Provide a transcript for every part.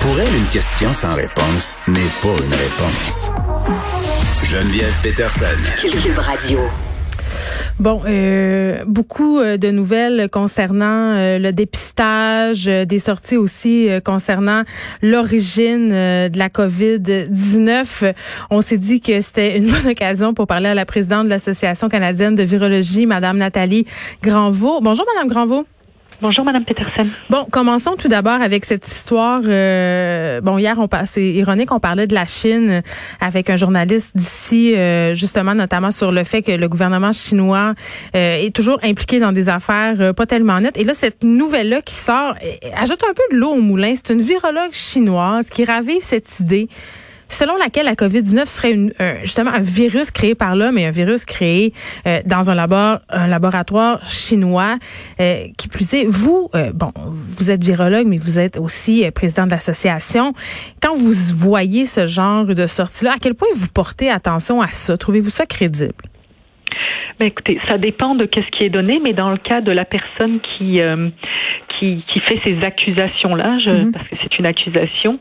Pour elle, une question sans réponse n'est pas une réponse. Geneviève Peterson. Cube Radio. Bon, beaucoup de nouvelles concernant le dépistage, des sorties aussi concernant l'origine de la COVID-19. On s'est dit que c'était une bonne occasion pour parler à la présidente de l'Association canadienne de virologie, Madame Nathalie Granvaux. Bonjour, Madame Granvaux. Bonjour, Madame Peterson. Bon, commençons tout d'abord avec cette histoire. Hier, c'est ironique, on parlait de la Chine avec un journaliste d'ici, justement, notamment sur le fait que le gouvernement chinois est toujours impliqué dans des affaires pas tellement nettes. Et là, cette nouvelle-là qui sort ajoute un peu de l'eau au moulin. C'est une virologue chinoise qui ravive cette idée selon laquelle la COVID-19 serait justement un virus créé par l'homme et un virus créé dans un laboratoire chinois. Qui plus est, vous êtes virologue, mais vous êtes aussi président de l'association. Quand vous voyez ce genre de sortie-là, à quel point vous portez attention à ça? Trouvez-vous ça crédible? Ben écoutez, ça dépend de qu'est-ce qui est donné, mais dans le cas de la personne qui fait ces accusations-là, parce que c'est une accusation,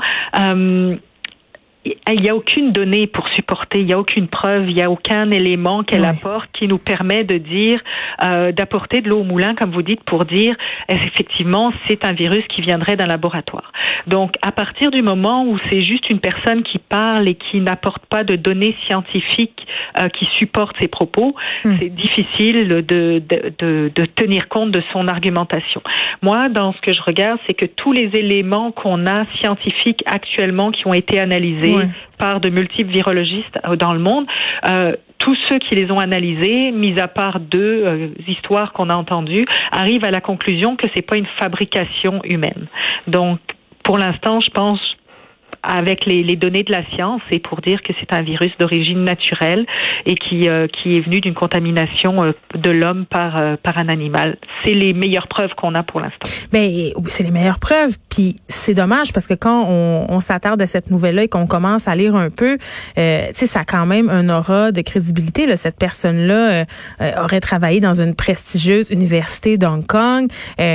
il n'y a aucune donnée pour supporter, il n'y a aucune preuve, il n'y a aucun élément qu'elle apporte qui nous permet de dire, d'apporter de l'eau au moulin, comme vous dites, pour dire effectivement c'est un virus qui viendrait d'un laboratoire. Donc à partir du moment où c'est juste une personne qui parle et qui n'apporte pas de données scientifiques qui supportent ses propos, c'est difficile de tenir compte de son argumentation. Moi, dans ce que je regarde, c'est que tous les éléments qu'on a scientifiques actuellement qui ont été analysés par de multiples virologistes dans le monde, tous ceux qui les ont analysés, mis à part deux histoires qu'on a entendues, arrivent à la conclusion que c'est pas une fabrication humaine. Donc, pour l'instant, je pense, avec les données de la science, c'est pour dire que c'est un virus d'origine naturelle et qui est venu d'une contamination de l'homme par un animal. C'est les meilleures preuves qu'on a pour l'instant. Ben oui, c'est les meilleures preuves. Puis c'est dommage parce que quand on s'attarde à cette nouvelle-là et qu'on commence à lire un peu, tu sais, ça a quand même un aura de crédibilité. Là. Cette personne-là aurait travaillé dans une prestigieuse université d'Hong Kong,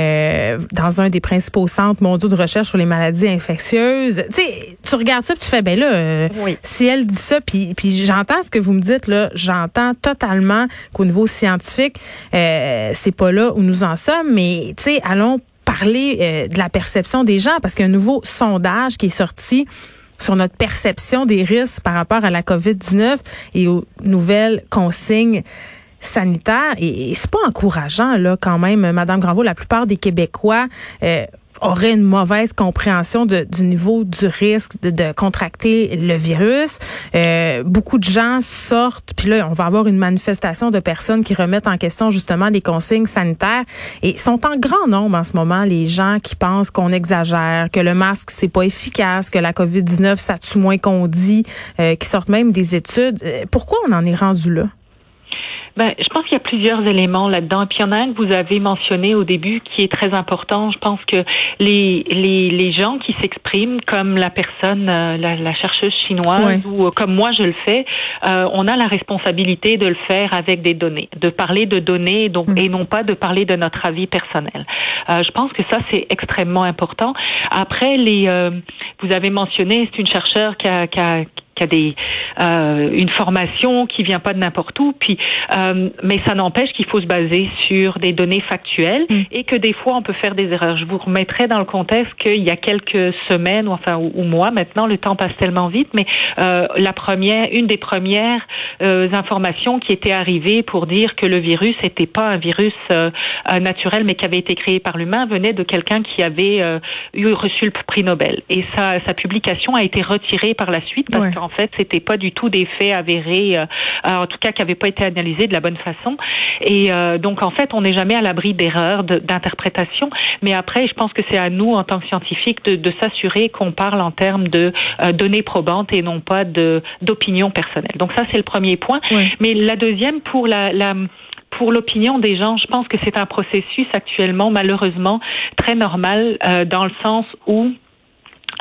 dans un des principaux centres mondiaux de recherche sur les maladies infectieuses. Tu sais, tu regardes ça puis tu fais, ben là, si elle dit ça, puis j'entends ce que vous me dites, là, j'entends totalement qu'au niveau scientifique, c'est pas là où nous en sommes, mais tu sais, allons parler de la perception des gens, parce qu'il y a un nouveau sondage qui est sorti sur notre perception des risques par rapport à la COVID-19 et aux nouvelles consignes sanitaires. Et c'est pas encourageant, là, quand même, Madame Granvaux. La plupart des Québécois aurait une mauvaise compréhension du niveau du risque de contracter le virus. Beaucoup de gens sortent, puis là, on va avoir une manifestation de personnes qui remettent en question justement les consignes sanitaires. Et sont en grand nombre en ce moment les gens qui pensent qu'on exagère, que le masque, c'est pas efficace, que la COVID-19, ça tue moins qu'on dit, qui sortent même des études. Pourquoi on en est rendu là? Ben, je pense qu'il y a plusieurs éléments là-dedans. Et puis il y en a un que vous avez mentionné au début qui est très important. Je pense que les gens qui s'expriment, comme la personne, la chercheuse chinoise, ou comme moi je le fais, on a la responsabilité de le faire avec des données, de parler de données et non pas de parler de notre avis personnel. Je pense que ça c'est extrêmement important. Après, vous avez mentionné, c'est une chercheure qui a une formation qui vient pas de n'importe où, puis mais ça n'empêche qu'il faut se baser sur des données factuelles et que des fois on peut faire des erreurs. Je vous remettrai dans le contexte qu'il y a quelques semaines ou mois maintenant, le temps passe tellement vite, mais une des premières informations qui était arrivée pour dire que le virus n'était pas un virus naturel mais qui avait été créé par l'humain venait de quelqu'un qui avait reçu le prix Nobel, et sa publication a été retirée par la suite parce qu'en fait, c'était pas du tout des faits avérés, en tout cas qui n'avaient pas été analysés de la bonne façon. Et donc, en fait, on n'est jamais à l'abri d'erreurs d'interprétation. Mais après, je pense que c'est à nous, en tant que scientifiques, de s'assurer qu'on parle en termes de données probantes et non pas d'opinion personnelle. Donc ça, c'est le premier point. Mais la deuxième, pour l'opinion des gens, je pense que c'est un processus actuellement, malheureusement, très normal, dans le sens où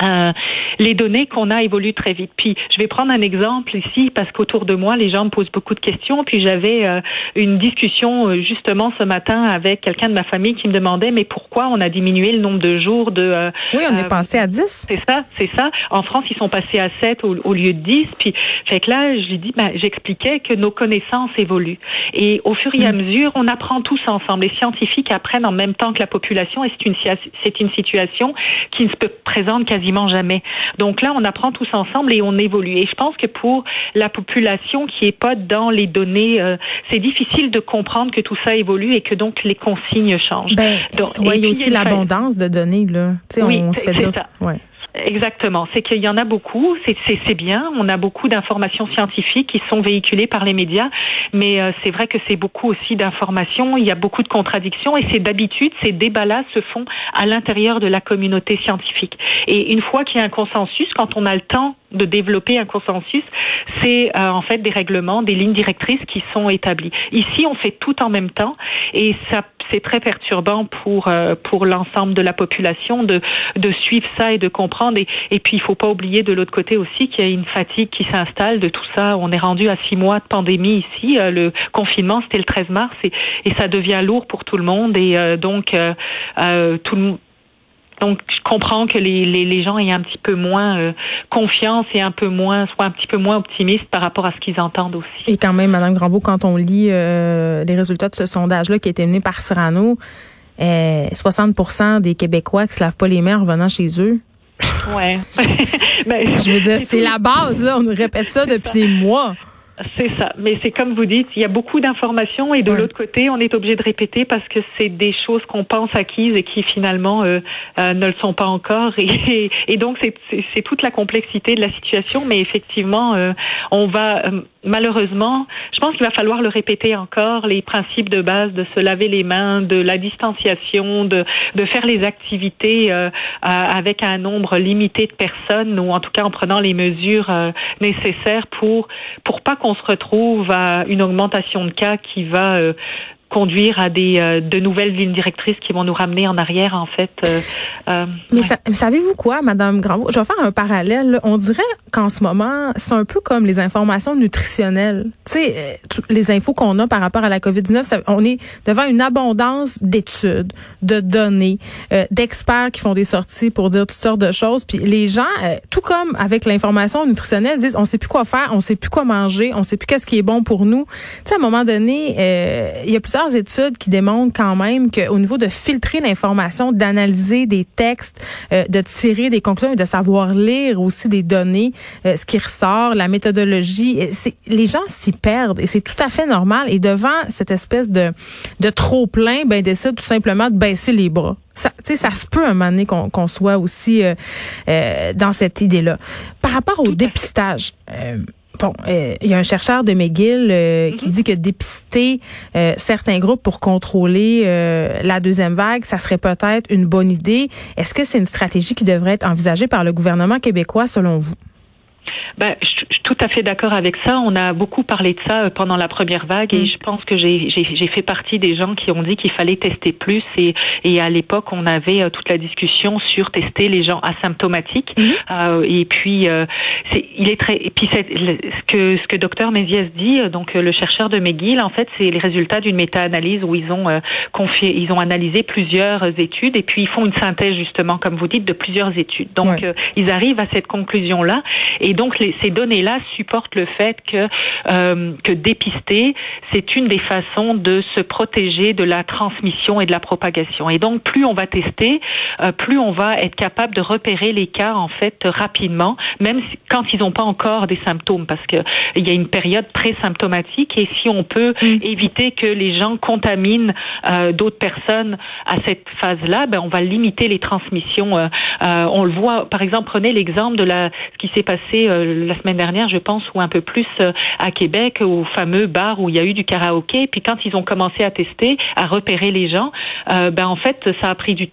les données qu'on a évoluent très vite. Puis, je vais prendre un exemple ici parce qu'autour de moi, les gens me posent beaucoup de questions. Puis, j'avais une discussion justement ce matin avec quelqu'un de ma famille qui me demandait mais pourquoi on a diminué le nombre de jours de... oui, on est passé à 10. C'est ça. En France, ils sont passés à 7 au lieu de 10. Puis, fait que là, j'expliquais que nos connaissances évoluent. Et au fur et à mesure, on apprend tous ensemble. Les scientifiques apprennent en même temps que la population et c'est une situation qui ne se présente quasiment jamais. Donc là, on apprend tous ensemble et on évolue. Et je pense que pour la population qui est pas dans les données, c'est difficile de comprendre que tout ça évolue et que donc les consignes changent. Donc, il y a aussi l'abondance de données, là. Oui, on se fait dire ça. Ouais. Exactement. C'est qu'il y en a beaucoup. C'est bien. On a beaucoup d'informations scientifiques qui sont véhiculées par les médias. Mais c'est vrai que c'est beaucoup aussi d'informations. Il y a beaucoup de contradictions. Et d'habitude, ces débats-là se font à l'intérieur de la communauté scientifique. Et une fois qu'il y a un consensus, quand on a le temps de développer un consensus, c'est en fait des règlements, des lignes directrices qui sont établies. Ici, on fait tout en même temps. Et ça, c'est très perturbant pour l'ensemble de la population de suivre ça et de comprendre. Et puis, il faut pas oublier de l'autre côté aussi qu'il y a une fatigue qui s'installe de tout ça. On est rendu à 6 mois de pandémie ici. Le confinement, c'était le 13 mars et ça devient lourd pour tout le monde. Et donc, donc, je comprends que les gens aient un petit peu moins confiance et soient un petit peu moins optimistes par rapport à ce qu'ils entendent aussi. Et quand même, Mme Granvaux, quand on lit les résultats de ce sondage-là qui a été mené par Cyrano, 60% des Québécois qui se lavent pas les mains en revenant chez eux. Ouais. Je veux dire, c'est la base, là. On nous répète ça depuis des mois. C'est ça. Mais c'est comme vous dites, il y a beaucoup d'informations et de l'autre côté, on est obligé de répéter parce que c'est des choses qu'on pense acquises et qui finalement ne le sont pas encore. Et donc, c'est toute la complexité de la situation. Mais effectivement, on va malheureusement, je pense qu'il va falloir le répéter encore, les principes de base de se laver les mains, de la distanciation, de faire les activités avec un nombre limité de personnes ou en tout cas en prenant les mesures nécessaires pour pas qu'on se retrouve à une augmentation de cas qui va conduire à de nouvelles lignes directrices qui vont nous ramener en arrière, en fait. Mais savez-vous quoi, Madame Granvaux? Je vais faire un parallèle. Là. On dirait qu'en ce moment, c'est un peu comme les informations nutritionnelles. Tu sais, les infos qu'on a par rapport à la COVID-19, on est devant une abondance d'études, de données, d'experts qui font des sorties pour dire toutes sortes de choses. Puis les gens, tout comme avec l'information nutritionnelle, disent on sait plus quoi faire, on sait plus quoi manger, on sait plus qu'est-ce qui est bon pour nous. Tu sais, à un moment donné, il y a plusieurs études qui démontrent quand même qu'au niveau de filtrer l'information, d'analyser des textes, de tirer des conclusions et de savoir lire aussi des données, ce qui ressort, la méthodologie, les gens s'y perdent et c'est tout à fait normal. Et devant cette espèce de trop plein, ben décide tout simplement de baisser les bras. Ça se peut un moment donné qu'on soit aussi dans cette idée-là. Par rapport au dépistage. Bon, il y a un chercheur de McGill qui dit que dépister certains groupes pour contrôler la deuxième vague, ça serait peut-être une bonne idée. Est-ce que c'est une stratégie qui devrait être envisagée par le gouvernement québécois, selon vous? Ben, je suis tout à fait d'accord avec ça. On a beaucoup parlé de ça pendant la première vague et je pense que j'ai fait partie des gens qui ont dit qu'il fallait tester plus et à l'époque on avait toute la discussion sur tester les gens asymptomatiques et puis ce que Dr Méziès dit, donc le chercheur de McGill, en fait c'est les résultats d'une méta-analyse où ils ont analysé plusieurs études et puis ils font une synthèse justement comme vous dites de plusieurs études. Donc ils arrivent à cette conclusion là et donc ces données-là supportent le fait que dépister, c'est une des façons de se protéger de la transmission et de la propagation. Et donc, plus on va tester, plus on va être capable de repérer les cas, en fait, rapidement, même quand ils n'ont pas encore des symptômes, parce que il y a une période pré-symptomatique et si on peut éviter que les gens contaminent d'autres personnes à cette phase-là, ben, on va limiter les transmissions. On le voit, par exemple, prenez l'exemple de ce qui s'est passé la semaine dernière, je pense, ou un peu plus à Québec, au fameux bar où il y a eu du karaoké. Puis quand ils ont commencé à tester, à repérer les gens, ben en fait, ça a pris du temps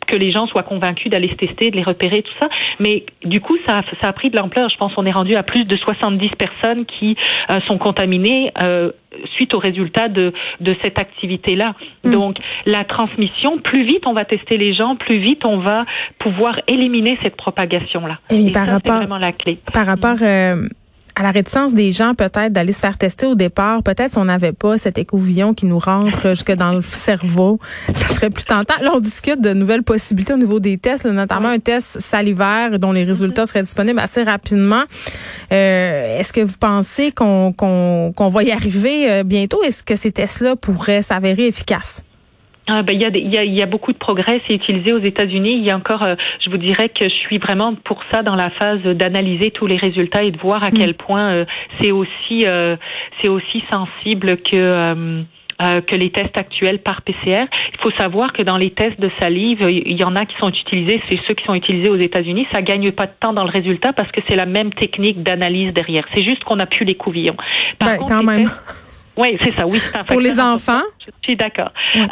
que les gens soient convaincus d'aller se tester, de les repérer, tout ça. Mais du coup, ça a pris de l'ampleur. Je pense qu'on est rendu à plus de 70 personnes qui sont contaminées suite au résultat de cette activité-là. Donc, la transmission, plus vite on va tester les gens, plus vite on va pouvoir éliminer cette propagation-là. Et ça, c'est vraiment la clé. Par rapport à la réticence des gens peut-être d'aller se faire tester au départ, peut-être si on n'avait pas cet écouvillon qui nous rentre jusque dans le cerveau, ça serait plus tentant. Là, on discute de nouvelles possibilités au niveau des tests, là, notamment un test salivaire dont les résultats seraient disponibles assez rapidement. Est-ce que vous pensez qu'on va y arriver bientôt? Est-ce que ces tests-là pourraient s'avérer efficaces? Il y a beaucoup de progrès. C'est utilisé aux États-Unis. Il y a encore, je vous dirais que je suis vraiment pour ça dans la phase d'analyser tous les résultats et de voir à quel point c'est aussi sensible que les tests actuels par PCR. Il faut savoir que dans les tests de salive, il y en a qui sont utilisés, c'est ceux qui sont utilisés aux États-Unis. Ça gagne pas de temps dans le résultat parce que c'est la même technique d'analyse derrière. C'est juste qu'on n'a plus l'écouvillon. Par contre, quand même. Oui, c'est ça. Oui, c'est un pour les enfants. Je suis d'accord.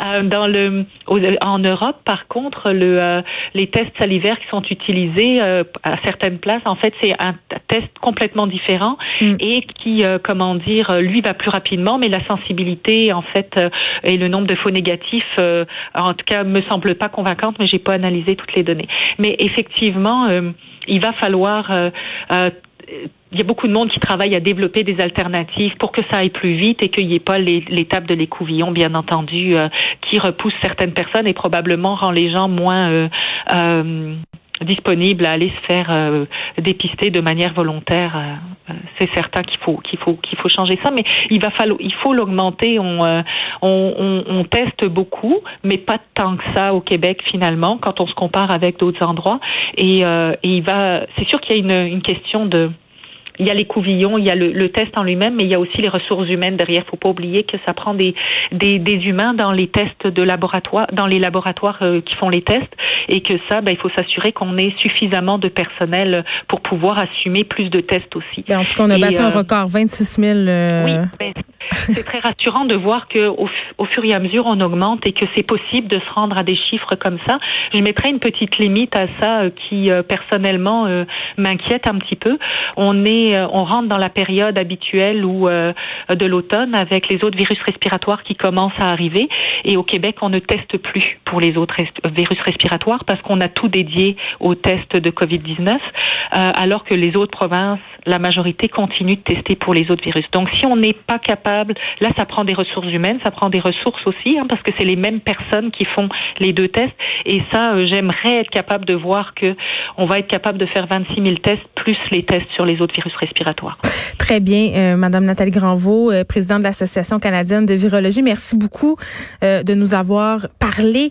En Europe, par contre, les tests salivaires qui sont utilisés à certaines places, en fait, c'est un test complètement différent et qui, lui va plus rapidement, mais la sensibilité, en fait, et le nombre de faux négatifs, en tout cas, me semble pas convaincante, mais j'ai pas analysé toutes les données. Mais effectivement, il va falloir il y a beaucoup de monde qui travaille à développer des alternatives pour que ça aille plus vite et qu'il n'y ait pas l'étape de l'écouvillon, bien entendu, qui repousse certaines personnes et probablement rend les gens moins disponibles à aller se faire dépister de manière volontaire. C'est certain qu'il faut changer ça, mais il faut l'augmenter. On teste beaucoup, mais pas tant que ça au Québec finalement quand on se compare avec d'autres endroits. Et c'est sûr qu'il y a une question il y a l'écouvillon, il y a le test en lui-même, mais il y a aussi les ressources humaines derrière. Faut pas oublier que ça prend des humains dans les tests de laboratoire, dans les laboratoires qui font les tests, et que ça, il faut s'assurer qu'on ait suffisamment de personnel pour pouvoir assumer plus de tests aussi. En tout cas, on a battu un record, 26 000. Oui, c'est très rassurant de voir que au fur et à mesure on augmente et que c'est possible de se rendre à des chiffres comme ça. Je mettrais une petite limite à ça qui personnellement m'inquiète un petit peu. On rentre dans la période habituelle de l'automne avec les autres virus respiratoires qui commencent à arriver, et au Québec on ne teste plus pour les autres virus respiratoires parce qu'on a tout dédié aux tests de Covid-19, alors que les autres provinces, la majorité continue de tester pour les autres virus. Donc si on n'est pas capable, là ça prend des ressources humaines, ça prend des ressources aussi, parce que c'est les mêmes personnes qui font les deux tests, et ça j'aimerais être capable de voir que on va être capable de faire 26 000 tests plus les tests sur les autres virus respiratoires. Très bien, Madame Nathalie Granvaux, présidente de l'Association canadienne de virologie, merci beaucoup de nous avoir parlé